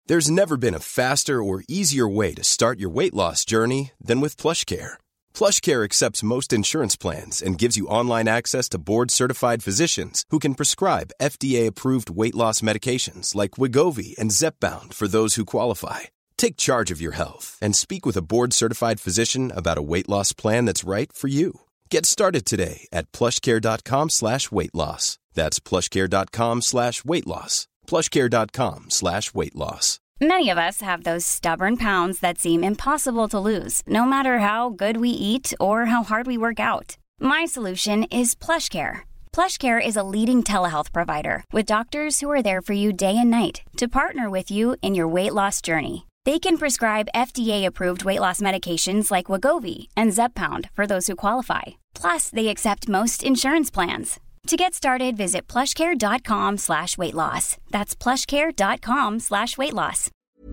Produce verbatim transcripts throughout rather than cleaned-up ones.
There's never been a faster or easier way to start your weight loss journey than with PlushCare. PlushCare accepts most insurance plans and gives you online access to board-certified physicians who can prescribe F D A-approved weight loss medications like Wegovy and Zepbound for those who qualify. Take charge of your health and speak with a board-certified physician about a weight loss plan that's right for you. Get started today at plushcare.com slash weight loss. That's plushcare.com slash weight loss. plushcare.com slash weight loss. Many of us have those stubborn pounds that seem impossible to lose, no matter how good we eat or how hard we work out. My solution is PlushCare. PlushCare is a leading telehealth provider with doctors who are there for you day and night to partner with you in your weight loss journey. They can prescribe F D A-approved weight loss medications like Wegovy and Zepbound for those who qualify. Plus, they accept most insurance plans. To get started, visit plushcare.com slash weight loss. That's plushcare.com slash weight loss.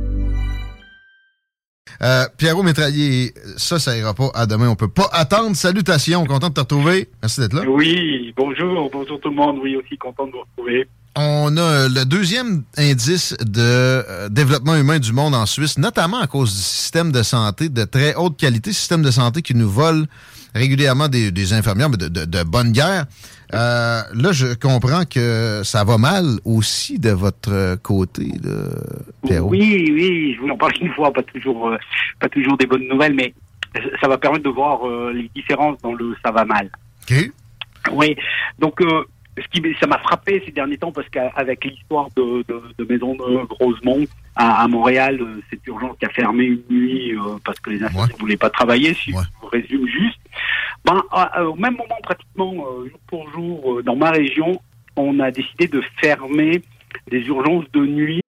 Euh, Pierrot Métraillé, ça, ça ira pas à demain. On peut pas attendre. Salutations, content de te retrouver. Merci d'être là. Oui, bonjour, bonjour tout le monde. Oui, aussi content de vous retrouver. On a le deuxième indice de euh, développement humain du monde en Suisse, notamment à cause du système de santé de très haute qualité, système de santé qui nous vole régulièrement des, des infirmières de, de, de bonne guerre. Euh, là, je comprends que ça va mal aussi de votre côté, de Pierrot. Oui, oui, je vous en parle une fois, pas toujours, euh, pas toujours des bonnes nouvelles, mais ça va permettre de voir euh, les différences dans le ça va mal. OK. Oui, donc euh, ce qui, ça m'a frappé ces derniers temps parce qu'avec l'histoire de, de, de Maisonneuve, Rosemont à, à Montréal, euh, cette urgence qui a fermé une nuit euh, parce que les infirmiers ne ouais. voulaient pas travailler, si ouais. je vous résume juste. Ben, à, à, au même moment, pratiquement euh, jour pour jour, euh, dans ma région, on a décidé de fermer des urgences de nuit.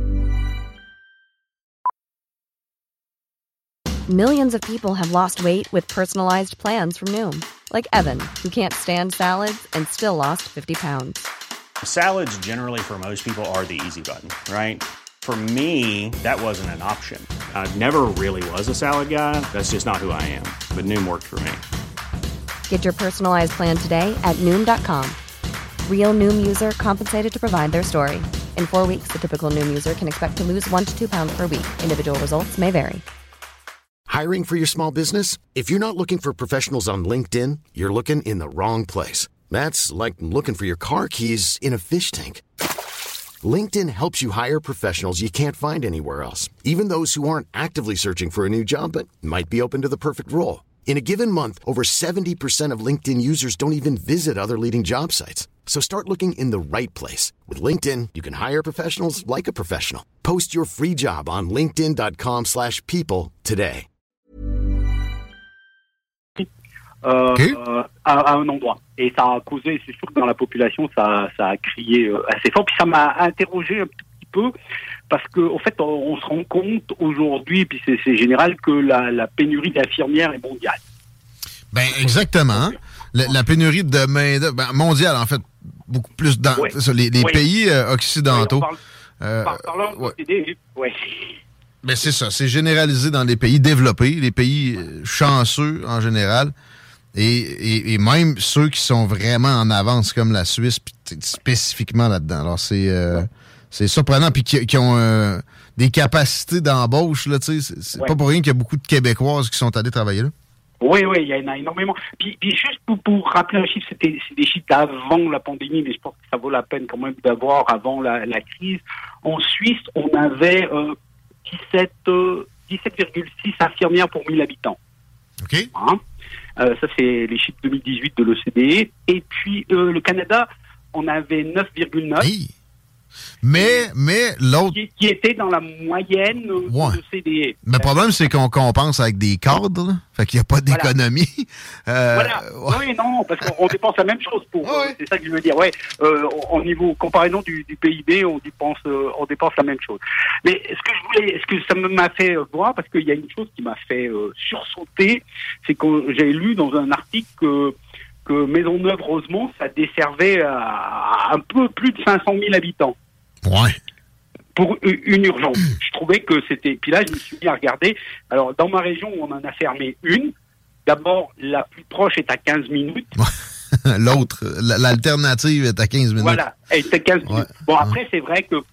Millions of people have lost weight with personalized plans from Noom. Like Evan, who can't stand salads and still lost fifty pounds. Salads generally for most people are the easy button, right? For me, that wasn't an option. I never really was a salad guy. That's just not who I am. But Noom worked for me. Get your personalized plan today at Noom dot com. Real Noom user compensated to provide their story. In four weeks, the typical Noom user can expect to lose one to two pounds per week. Individual results may vary. Hiring for your small business? If you're not looking for professionals on LinkedIn, you're looking in the wrong place. That's like looking for your car keys in a fish tank. LinkedIn helps you hire professionals you can't find anywhere else, even those who aren't actively searching for a new job but might be open to the perfect role. In a given month, over seventy percent of LinkedIn users don't even visit other leading job sites. So start looking in the right place. With LinkedIn, you can hire professionals like a professional. Post your free job on linkedin.com slash people today. Euh, okay. euh, à, à un endroit. Et ça a causé, c'est sûr que dans la population, ça, ça a crié euh, assez fort. Puis ça m'a interrogé un petit peu, parce qu'en en fait, on, on se rend compte aujourd'hui, puis c'est, c'est général, que la, la pénurie d'infirmières est mondiale. Ben exactement. La, la pénurie de main-d'œuvre ben, mondiale, en fait, beaucoup plus dans ouais. ça, les, les ouais. pays euh, occidentaux. Ouais, on parle, euh, par, parlant ouais. de ouais. Ben c'est ça, c'est généralisé dans les pays développés, les pays chanceux en général. Et, et, et même ceux qui sont vraiment en avance, comme la Suisse, spécifiquement là-dedans. Alors, c'est, euh, c'est surprenant. Puis qui, qui ont euh, des capacités d'embauche, là, tu sais. C'est, c'est ouais. pas pour rien qu'il y a beaucoup de Québécoises qui sont allées travailler là. Oui, oui, il y en a énormément. Puis, puis juste pour, pour rappeler un chiffre, c'était, c'est des chiffres d'avant la pandémie, mais je pense que ça vaut la peine quand même d'avoir avant la, la crise. En Suisse, on avait euh, dix-sept virgule six infirmières pour mille habitants. OK. Hein? Euh, ça, c'est les chiffres deux mille dix-huit de l'O C D E. Et puis, euh, le Canada, on avait neuf virgule neuf. Hey. Mais, mais l'autre... Qui, qui était dans la moyenne ouais. de l'O C D E. Mais le problème, c'est qu'on compense avec des cadres, là. Fait qu'il n'y a pas d'économie. Voilà. Euh, voilà. Ouais. Oui, non, parce qu'on dépense la même chose pour... Ouais. C'est ça que je veux dire. Ouais. Euh, au niveau comparaison du, du P I B, on dépense, euh, on dépense la même chose. Mais ce que je voulais, ce que ça m'a fait voir, parce qu'il y a une chose qui m'a fait euh, sursauter, c'est que j'ai lu dans un article que, que Maisonneuve-Rosemont, ça desservait à, à un peu plus de cinq cent mille habitants. Ouais. Pour une urgence. Je trouvais que c'était... Puis là, je me suis mis à regarder. Alors, dans ma région, on en a fermé une. D'abord, la plus proche est à quinze minutes. L'autre, l'alternative est à quinze minutes. Voilà, elle est à quinze minutes. Ouais. Bon, après, ouais. c'est vrai que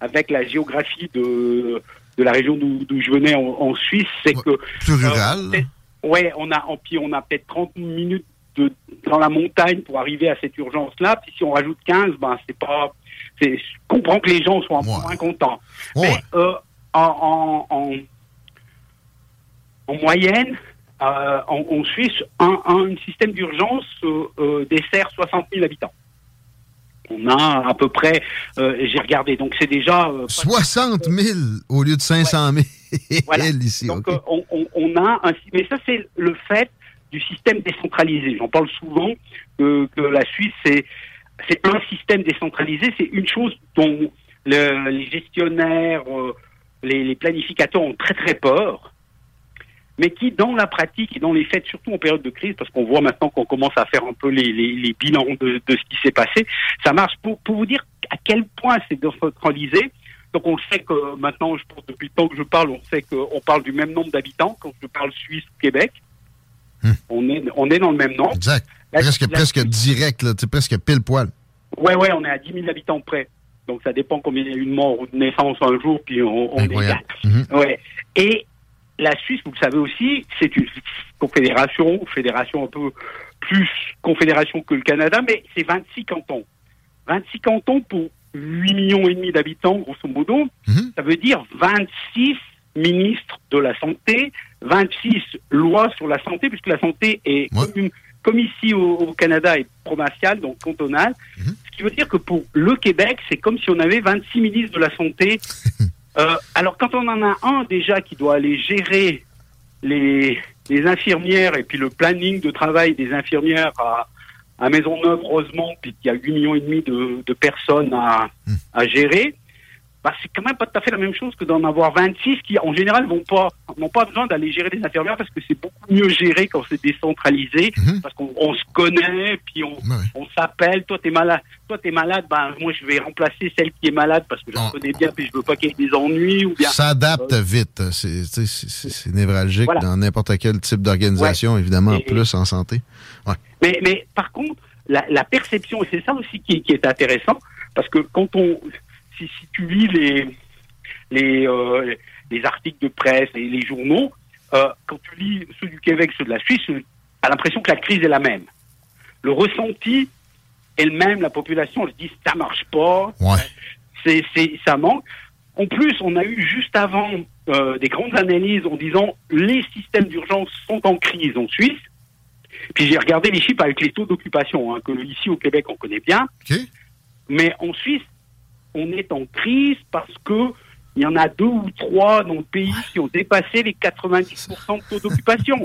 avec la géographie de, de la région d'où, d'où je venais en, en Suisse, c'est que... Plus rural. Euh, ouais, on a, puis on a peut-être trente minutes de, dans la montagne pour arriver à cette urgence-là. Puis si on rajoute quinze, ben c'est pas... C'est, je comprends que les gens soient un peu moins contents. Ouais. Mais euh, en, en, en, en moyenne, euh, en, en Suisse, un, un système d'urgence euh, euh, dessert soixante mille habitants. On a à peu près, euh, j'ai regardé, donc c'est déjà... Euh, soixante mille au lieu de cinq cent mille ouais. Voilà. Ici. Donc okay. euh, on, on, on a un... Mais ça, c'est le fait du système décentralisé. J'en parle souvent, euh, que la Suisse, c'est... C'est un système décentralisé, c'est une chose dont le, les gestionnaires, euh, les, les planificateurs ont très très peur, mais qui dans la pratique et dans les faits, surtout en période de crise, parce qu'on voit maintenant qu'on commence à faire un peu les, les, les bilans de, de ce qui s'est passé, ça marche. Pour, pour vous dire à quel point c'est décentralisé, donc on sait que maintenant, je pense depuis le temps que je parle, on sait qu'on parle du même nombre d'habitants quand je parle Suisse ou Québec. Hum. On est, on est dans le même nombre. Exact. La, presque la, presque la, direct, là, presque pile poil. Ouais, ouais, on est à dix mille habitants près. Donc ça dépend combien il y a eu de morts ou de naissances un jour, puis on, on est quatre. Mm-hmm. Ouais. Et la Suisse, vous le savez aussi, c'est une confédération, fédération un peu plus confédération que le Canada, mais c'est vingt-six cantons. vingt-six cantons pour huit millions et demi d'habitants, grosso modo. Mm-hmm. Ça veut dire vingt-six ministres de la santé, vingt-six lois sur la santé, puisque la santé est ouais. comme, comme ici au, au Canada est provinciale, donc cantonale. Mmh. Ce qui veut dire que pour le Québec, c'est comme si on avait vingt-six ministres de la santé. euh, alors quand on en a un déjà qui doit aller gérer les, les infirmières et puis le planning de travail des infirmières à, à Maisonneuve-Rosemont, puis qu'il y a huit millions et demi de, de personnes à, mmh. à gérer, bah, c'est quand même pas tout à fait la même chose que d'en avoir vingt-six qui, en général, vont pas, n'ont pas besoin d'aller gérer des infirmières parce que c'est beaucoup mieux géré quand c'est décentralisé, mmh. parce qu'on on se connaît, puis on, ouais. on s'appelle. Toi, t'es malade. Toi, t'es malade. Ben, moi, je vais remplacer celle qui est malade parce que je la connais bien, puis je veux pas qu'il y ait des ennuis ou bien. S'adapte euh, vite. C'est, c'est, c'est, c'est névralgique voilà. dans n'importe quel type d'organisation, ouais. évidemment, et, plus en santé. Ouais. Mais, mais, par contre, la, la perception, et c'est ça aussi qui, qui est intéressant, parce que quand on, Si, si tu lis les les, euh, les articles de presse et les journaux, euh, quand tu lis ceux du Québec, ceux de la Suisse, tu as l'impression que la crise est la même. Le ressenti est le même, la population se dit ça marche pas, ouais. c'est, c'est, ça manque. En plus, on a eu juste avant euh, des grandes analyses en disant les systèmes d'urgence sont en crise en Suisse. Puis j'ai regardé les chiffres avec les taux d'occupation, hein, que ici au Québec on connaît bien, okay. mais en Suisse on est en crise parce que il y en a deux ou trois dans le pays qui ont dépassé les quatre-vingt-dix pour cent de taux d'occupation.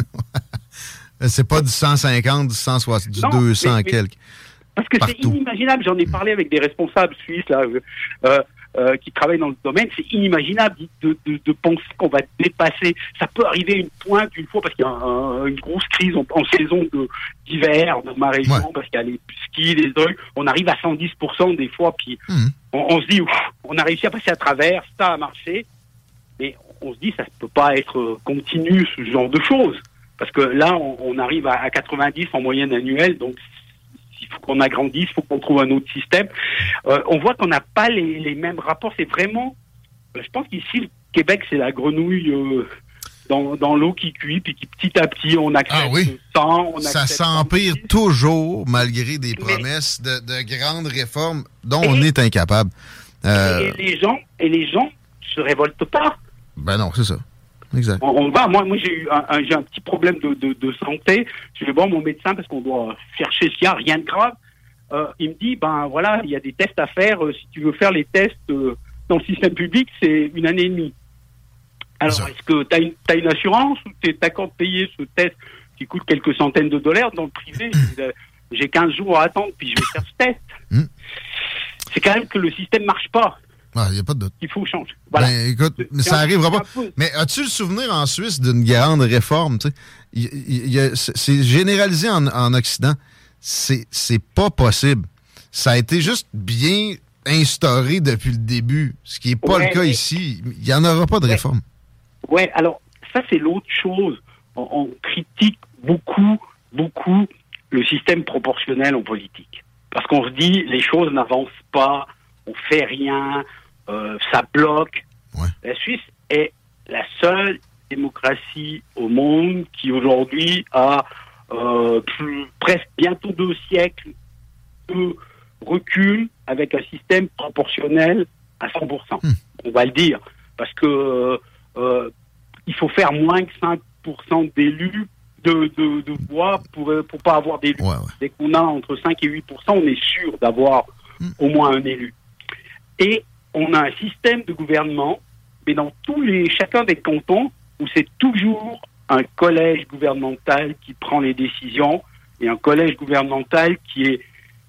C'est pas du cent cinquante, du cent soixante, du non, deux cents mais, mais, quelques. Parce que partout. C'est inimaginable. J'en ai parlé avec des responsables suisses là, euh, euh, qui travaillent dans le domaine. C'est inimaginable de, de, de penser qu'on va dépasser. Ça peut arriver une pointe une fois parce qu'il y a un, une grosse crise en, en saison de, d'hiver dans ma région, ouais. parce qu'il y a les skis, les trucs. On arrive à cent dix pour cent des fois, puis mmh. on, on se dit, ouf, on a réussi à passer à travers, ça a marché. Mais on se dit, ça ne peut pas être continu, ce genre de choses. Parce que là, on, on arrive à, à quatre-vingt-dix en moyenne annuelle, donc il faut qu'on agrandisse, il faut qu'on trouve un autre système. Euh, on voit qu'on n'a pas les, les mêmes rapports. C'est vraiment... Euh, je pense qu'ici, le Québec, c'est la grenouille euh, dans, dans l'eau qui cuit, puis qui petit à petit, on accepte ah oui. sans... On ça s'empire toujours, malgré des promesses Mais, de, de grandes réformes dont et, on est incapable. Euh... Et, les gens, et les gens se révoltent pas. Ben non, c'est ça. Exact. On, on va, moi, moi j'ai eu un, un, j'ai un petit problème de, de, de santé. Je vais voir mon médecin parce qu'on doit chercher s'il y a rien de grave. Euh, il me dit, ben voilà, il y a des tests à faire. Euh, si tu veux faire les tests euh, dans le système public, c'est une année et demie. Alors, ça. Est-ce que tu as une, t'as une assurance ou tu es d'accord de payer ce test qui coûte quelques centaines de dollars dans le privé? J'ai quinze jours à attendre, puis je vais faire ce test. Mm. C'est quand même que le système marche pas. Il ah, n'y a pas de doute. Il faut changer. Voilà. Ben, écoute, mais ça n'arrivera pas. Mais as-tu le souvenir en Suisse d'une grande réforme? Tu sais? Il, il, il, c'est généralisé en, en Occident. C'est, c'est pas possible. Ça a été juste bien instauré depuis le début, ce qui n'est pas ouais, le cas mais... ici. Il n'y en aura pas de ouais. réforme. Oui, alors, ça, c'est l'autre chose. On, on critique beaucoup, beaucoup le système proportionnel en politique. Parce qu'on se dit, les choses n'avancent pas, on fait rien, euh, ça bloque. Ouais. La Suisse est la seule démocratie au monde qui aujourd'hui a euh, plus, presque bientôt deux siècles de recul avec un système proportionnel à cent pour cent. Mmh. On va le dire. Parce que euh, il faut faire moins que cinq pour cent d'élus de, de, de voix pour pour pas avoir d'élus. Ouais, ouais. Dès qu'on a entre cinq et huit pour cent, on est sûr d'avoir mmh. au moins un élu. Et on a un système de gouvernement, mais dans tous les chacun des cantons, où c'est toujours un collège gouvernemental qui prend les décisions et un collège gouvernemental qui est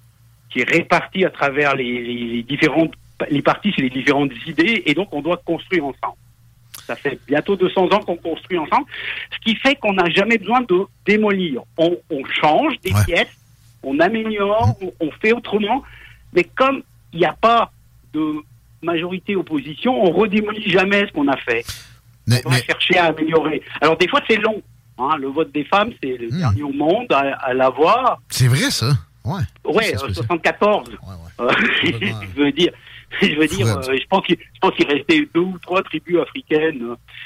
qui est réparti à travers les, les, les différentes les partis, c'est les différentes idées, et donc on doit construire ensemble. Ça fait bientôt deux cents ans qu'on construit ensemble, ce qui fait qu'on n'a jamais besoin de démolir. On, on change des ouais. pièces, on améliore, on, on fait autrement, mais comme il n'y a pas de majorité-opposition, on redémolit jamais ce qu'on a fait. Mais, on va mais... chercher à améliorer. Alors des fois c'est long, hein, le vote des femmes, c'est le mmh. dernier au monde à, à l'avoir. C'est vrai ça. Ouais. Ouais, euh, soixante-quatorze. Ouais, ouais. Euh, je veux dire, je veux dire, euh, je pense qu'il, je pense qu'il restait deux ou trois tribus africaines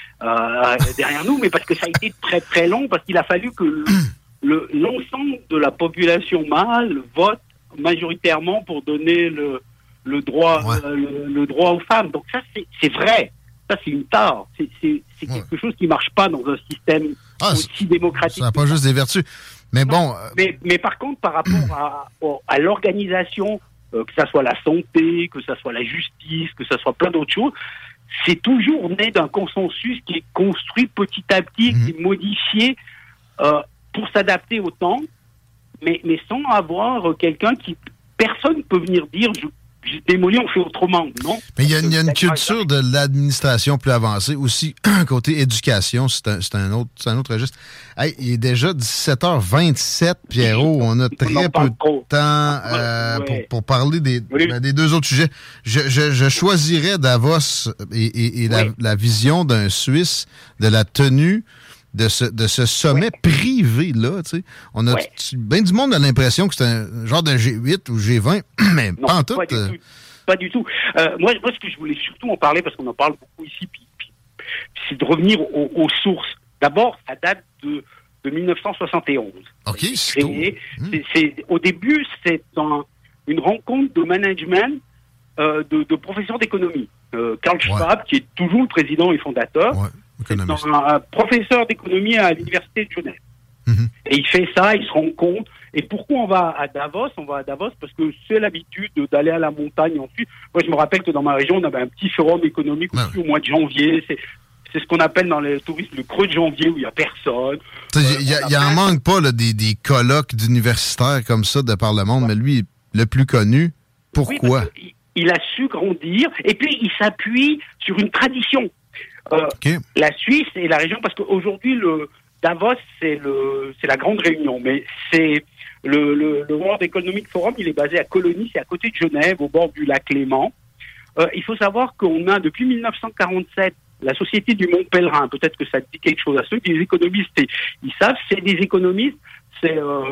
euh, derrière nous, mais parce que ça a été très très long, parce qu'il a fallu que le, le, l'ensemble de la population mâle vote majoritairement pour donner le, le droit, ouais. euh, le, le droit aux femmes. Donc ça, c'est, c'est vrai. Ça, c'est une tare. C'est, c'est, c'est ouais. quelque chose qui marche pas dans un système ah, aussi démocratique. Ça n'a pas juste des vertus. Mais bon. Non, mais, mais par contre, par rapport à, à l'organisation, euh, que ça soit la santé, que ça soit la justice, que ça soit plein d'autres choses, c'est toujours né d'un consensus qui est construit petit à petit, mmh. qui est modifié euh, pour s'adapter au temps, mais, mais sans avoir quelqu'un qui... Personne ne peut venir dire... Je, J'ai démoli, on fait autrement, non? Mais il y a, y a une culture de l'administration plus avancée. Aussi, côté éducation, c'est un, c'est un, autre, c'est un autre registre. Hey, il est déjà dix-sept heures vingt-sept, Pierrot. On a très on peu de temps euh, ouais. pour, pour parler des, oui. ben, des deux autres sujets. Je, je, je choisirais Davos et, et, et la, oui. la vision d'un Suisse de la tenue de ce, de ce sommet ouais. privé-là, tu sais. On a ouais. bien du monde a l'impression que c'est un genre de G huit ou G vingt, mais non, pas en tout. Pas du euh... tout. Pas du tout. Euh, moi, moi, ce que je voulais surtout en parler, parce qu'on en parle beaucoup ici, puis, puis, c'est de revenir aux, aux sources. D'abord, ça date de, de dix-neuf cent soixante et onze. OK, c'est, c'est, mmh. c'est, c'est Au début, c'est un, une rencontre de management euh, de, de professeurs d'économie. Euh, Karl Schwab, ouais. qui est toujours le président et fondateur, ouais. c'est un, un professeur d'économie à l'université de Genève. Mm-hmm. Et il fait ça, il se rend compte. Et pourquoi on va à Davos? On va à Davos parce que c'est l'habitude d'aller à la montagne ensuite. Moi, je me rappelle que dans ma région, on avait un petit forum économique aussi ouais. au mois de janvier. C'est, c'est ce qu'on appelle dans les touristes le creux de janvier où il n'y a personne. Il euh, y, y, y en manque pas là, des, des colloques d'universitaires comme ça de par le monde, ouais. mais lui, le plus connu, pourquoi? Oui, il, il a su grandir et puis il s'appuie sur une tradition. Euh, okay. La Suisse et la région, parce qu'aujourd'hui, le Davos, c'est, le, c'est la grande réunion, mais c'est le, le, le World Economic Forum, il est basé à Colonie, c'est à côté de Genève, au bord du lac Léman. Euh, il faut savoir qu'on a, depuis dix-neuf cent quarante-sept, la Société du Mont Pèlerin, peut-être que ça dit quelque chose à ceux qui, les économistes, ils savent, c'est des économistes, c'est euh,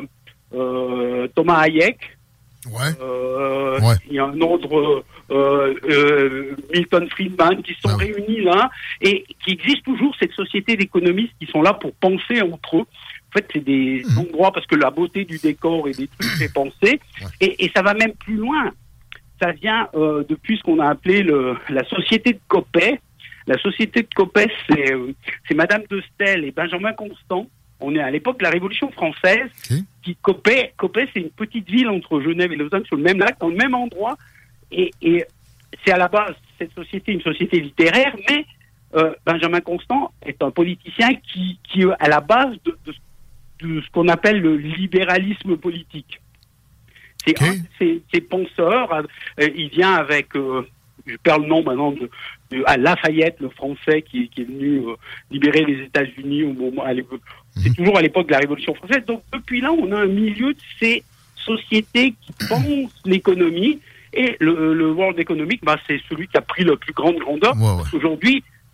euh, Thomas Hayek, ouais. Euh, ouais. il y a un autre... Euh, euh, Milton Friedman, qui sont ah oui. réunis là, et qui existe toujours cette société d'économistes qui sont là pour penser entre eux. En fait, c'est des mmh. endroits, parce que la beauté du décor et des trucs fait penser, ouais. et, et ça va même plus loin. Ça vient euh, depuis ce qu'on a appelé le, la société de Coppet. La société de Coppet, c'est, euh, c'est Madame de Stel et Benjamin Constant. On est à l'époque de la Révolution française. Okay. Qui Coppet, Coppet, c'est une petite ville entre Genève et Lausanne, sur le même lac, dans le même endroit. Et, et c'est à la base, cette société, une société littéraire, mais euh, Benjamin Constant est un politicien qui, qui est à la base de, de, de ce qu'on appelle le libéralisme politique. C'est okay. un de ces, ces penseurs, euh, il vient avec, euh, je perds le nom maintenant, de, de à Lafayette, le français, qui, qui est venu euh, libérer les États-Unis au moment, à l'époque, mm-hmm. c'est toujours à l'époque de la Révolution française. Donc depuis là, on a un milieu de ces sociétés qui pensent l'économie. Et le, le World Economic, bah, c'est celui qui a pris la plus grande grandeur. Ouais, ouais. Aujourd'hui,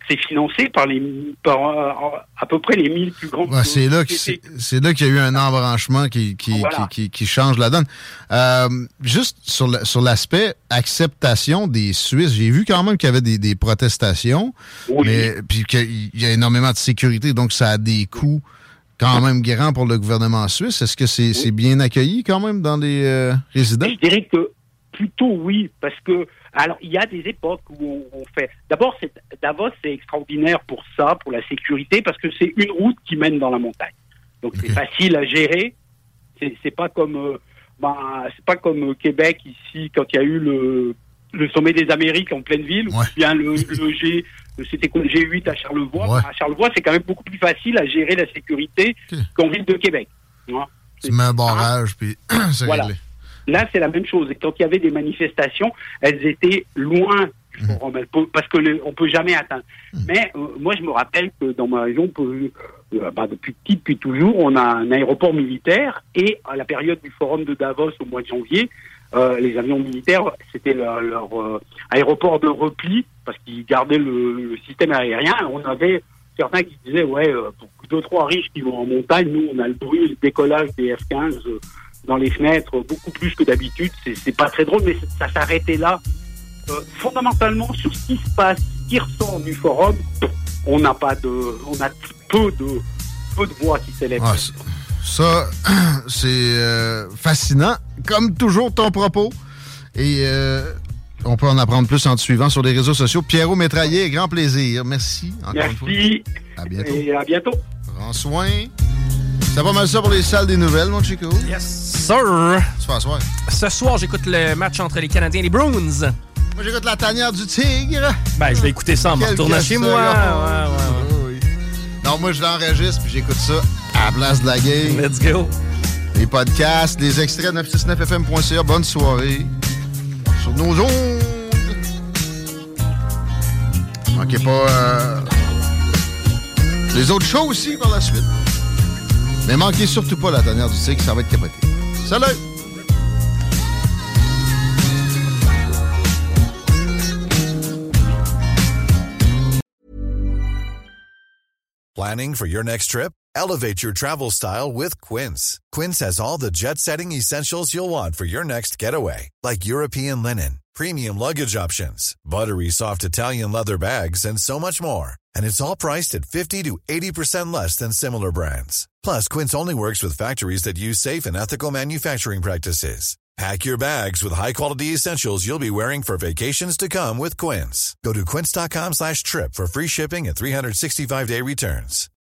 c'est financé par les par euh, à peu près les mille plus grandes. Ouais, c'est là que c'est, c'est là qu'il y a eu un embranchement qui qui voilà. qui, qui, qui change la donne. Euh, juste sur la, sur l'aspect acceptation des Suisses, j'ai vu quand même qu'il y avait des, des protestations, oui. mais puis qu'il y a énormément de sécurité, donc ça a des coûts quand même grands pour le gouvernement suisse. Est-ce que c'est oui. c'est bien accueilli quand même dans les euh, résidents? Je dirais que plutôt oui, parce que alors il y a des époques où on, on fait. D'abord, c'est, Davos c'est extraordinaire pour ça, pour la sécurité, parce que c'est une route qui mène dans la montagne. Donc okay. c'est facile à gérer. C'est, c'est pas comme, euh, ben, c'est pas comme Québec ici quand il y a eu le le sommet des Amériques en pleine ville, ouais. ou bien le, le G, c'était quoi, le G huit à Charlevoix. Ouais. À Charlevoix, c'est quand même beaucoup plus facile à gérer la sécurité okay. qu'en ville de Québec. Tu vois, tu mets un barrage, puis c'est voilà. réglé. Là, c'est la même chose. Et quand il y avait des manifestations, elles étaient loin du forum, mmh. parce que le, on peut jamais atteindre. Mmh. Mais euh, moi, je me rappelle que dans ma région, peut, euh, bah, depuis petit, depuis toujours, on a un aéroport militaire. Et à la période du forum de Davos, au mois de janvier, euh, les avions militaires, c'était leur, leur euh, aéroport de repli, parce qu'ils gardaient le, le système aérien. On avait certains qui disaient, ouais, euh, pour deux, trois riches qui vont en montagne, nous, on a le bruit, le décollage des F quinze euh, dans les fenêtres, beaucoup plus que d'habitude. C'est, c'est pas très drôle, mais ça s'arrêtait là. Euh, fondamentalement, sur ce qui se passe, ce qui ressort du forum, on n'a pas de, on a peu de, peu de voix qui s'élèvent. Ah, ça, c'est euh, fascinant, comme toujours ton propos. Et euh, on peut en apprendre plus en te suivant sur les réseaux sociaux. Pierrot Métraillé, grand plaisir. Merci. Encore Merci. Une fois. À bientôt. Et à bientôt. Prends soin. C'est pas mal ça pour les salles des nouvelles, mon Chico. Yes, sir. Tu fais soir. Ce soir, j'écoute le match entre les Canadiens et les Bruins. Moi, j'écoute la tanière du Tigre. Ben, je vais écouter ça en me retournant chez moi. Ouais, ouais, ouais. Oui. Non, moi, je l'enregistre puis j'écoute ça à la place de la game. Let's go. Les podcasts, les extraits neuf cent soixante-neuf F M point C A. Bonne soirée. Sur nos ondes. Manquez pas euh, les autres shows aussi par la suite. Mais manquez surtout pas la tanière du Tigre, ça va être capoté. Salut! Planning for your next trip? Elevate your travel style with Quince. Quince has all the jet-setting essentials you'll want for your next getaway, like European linen, premium luggage options, buttery soft Italian leather bags, and so much more. And it's all priced at fifty to eighty percent less than similar brands. Plus, Quince only works with factories that use safe and ethical manufacturing practices. Pack your bags with high-quality essentials you'll be wearing for vacations to come with Quince. Go to quince.com slash trip for free shipping and three sixty-five day returns.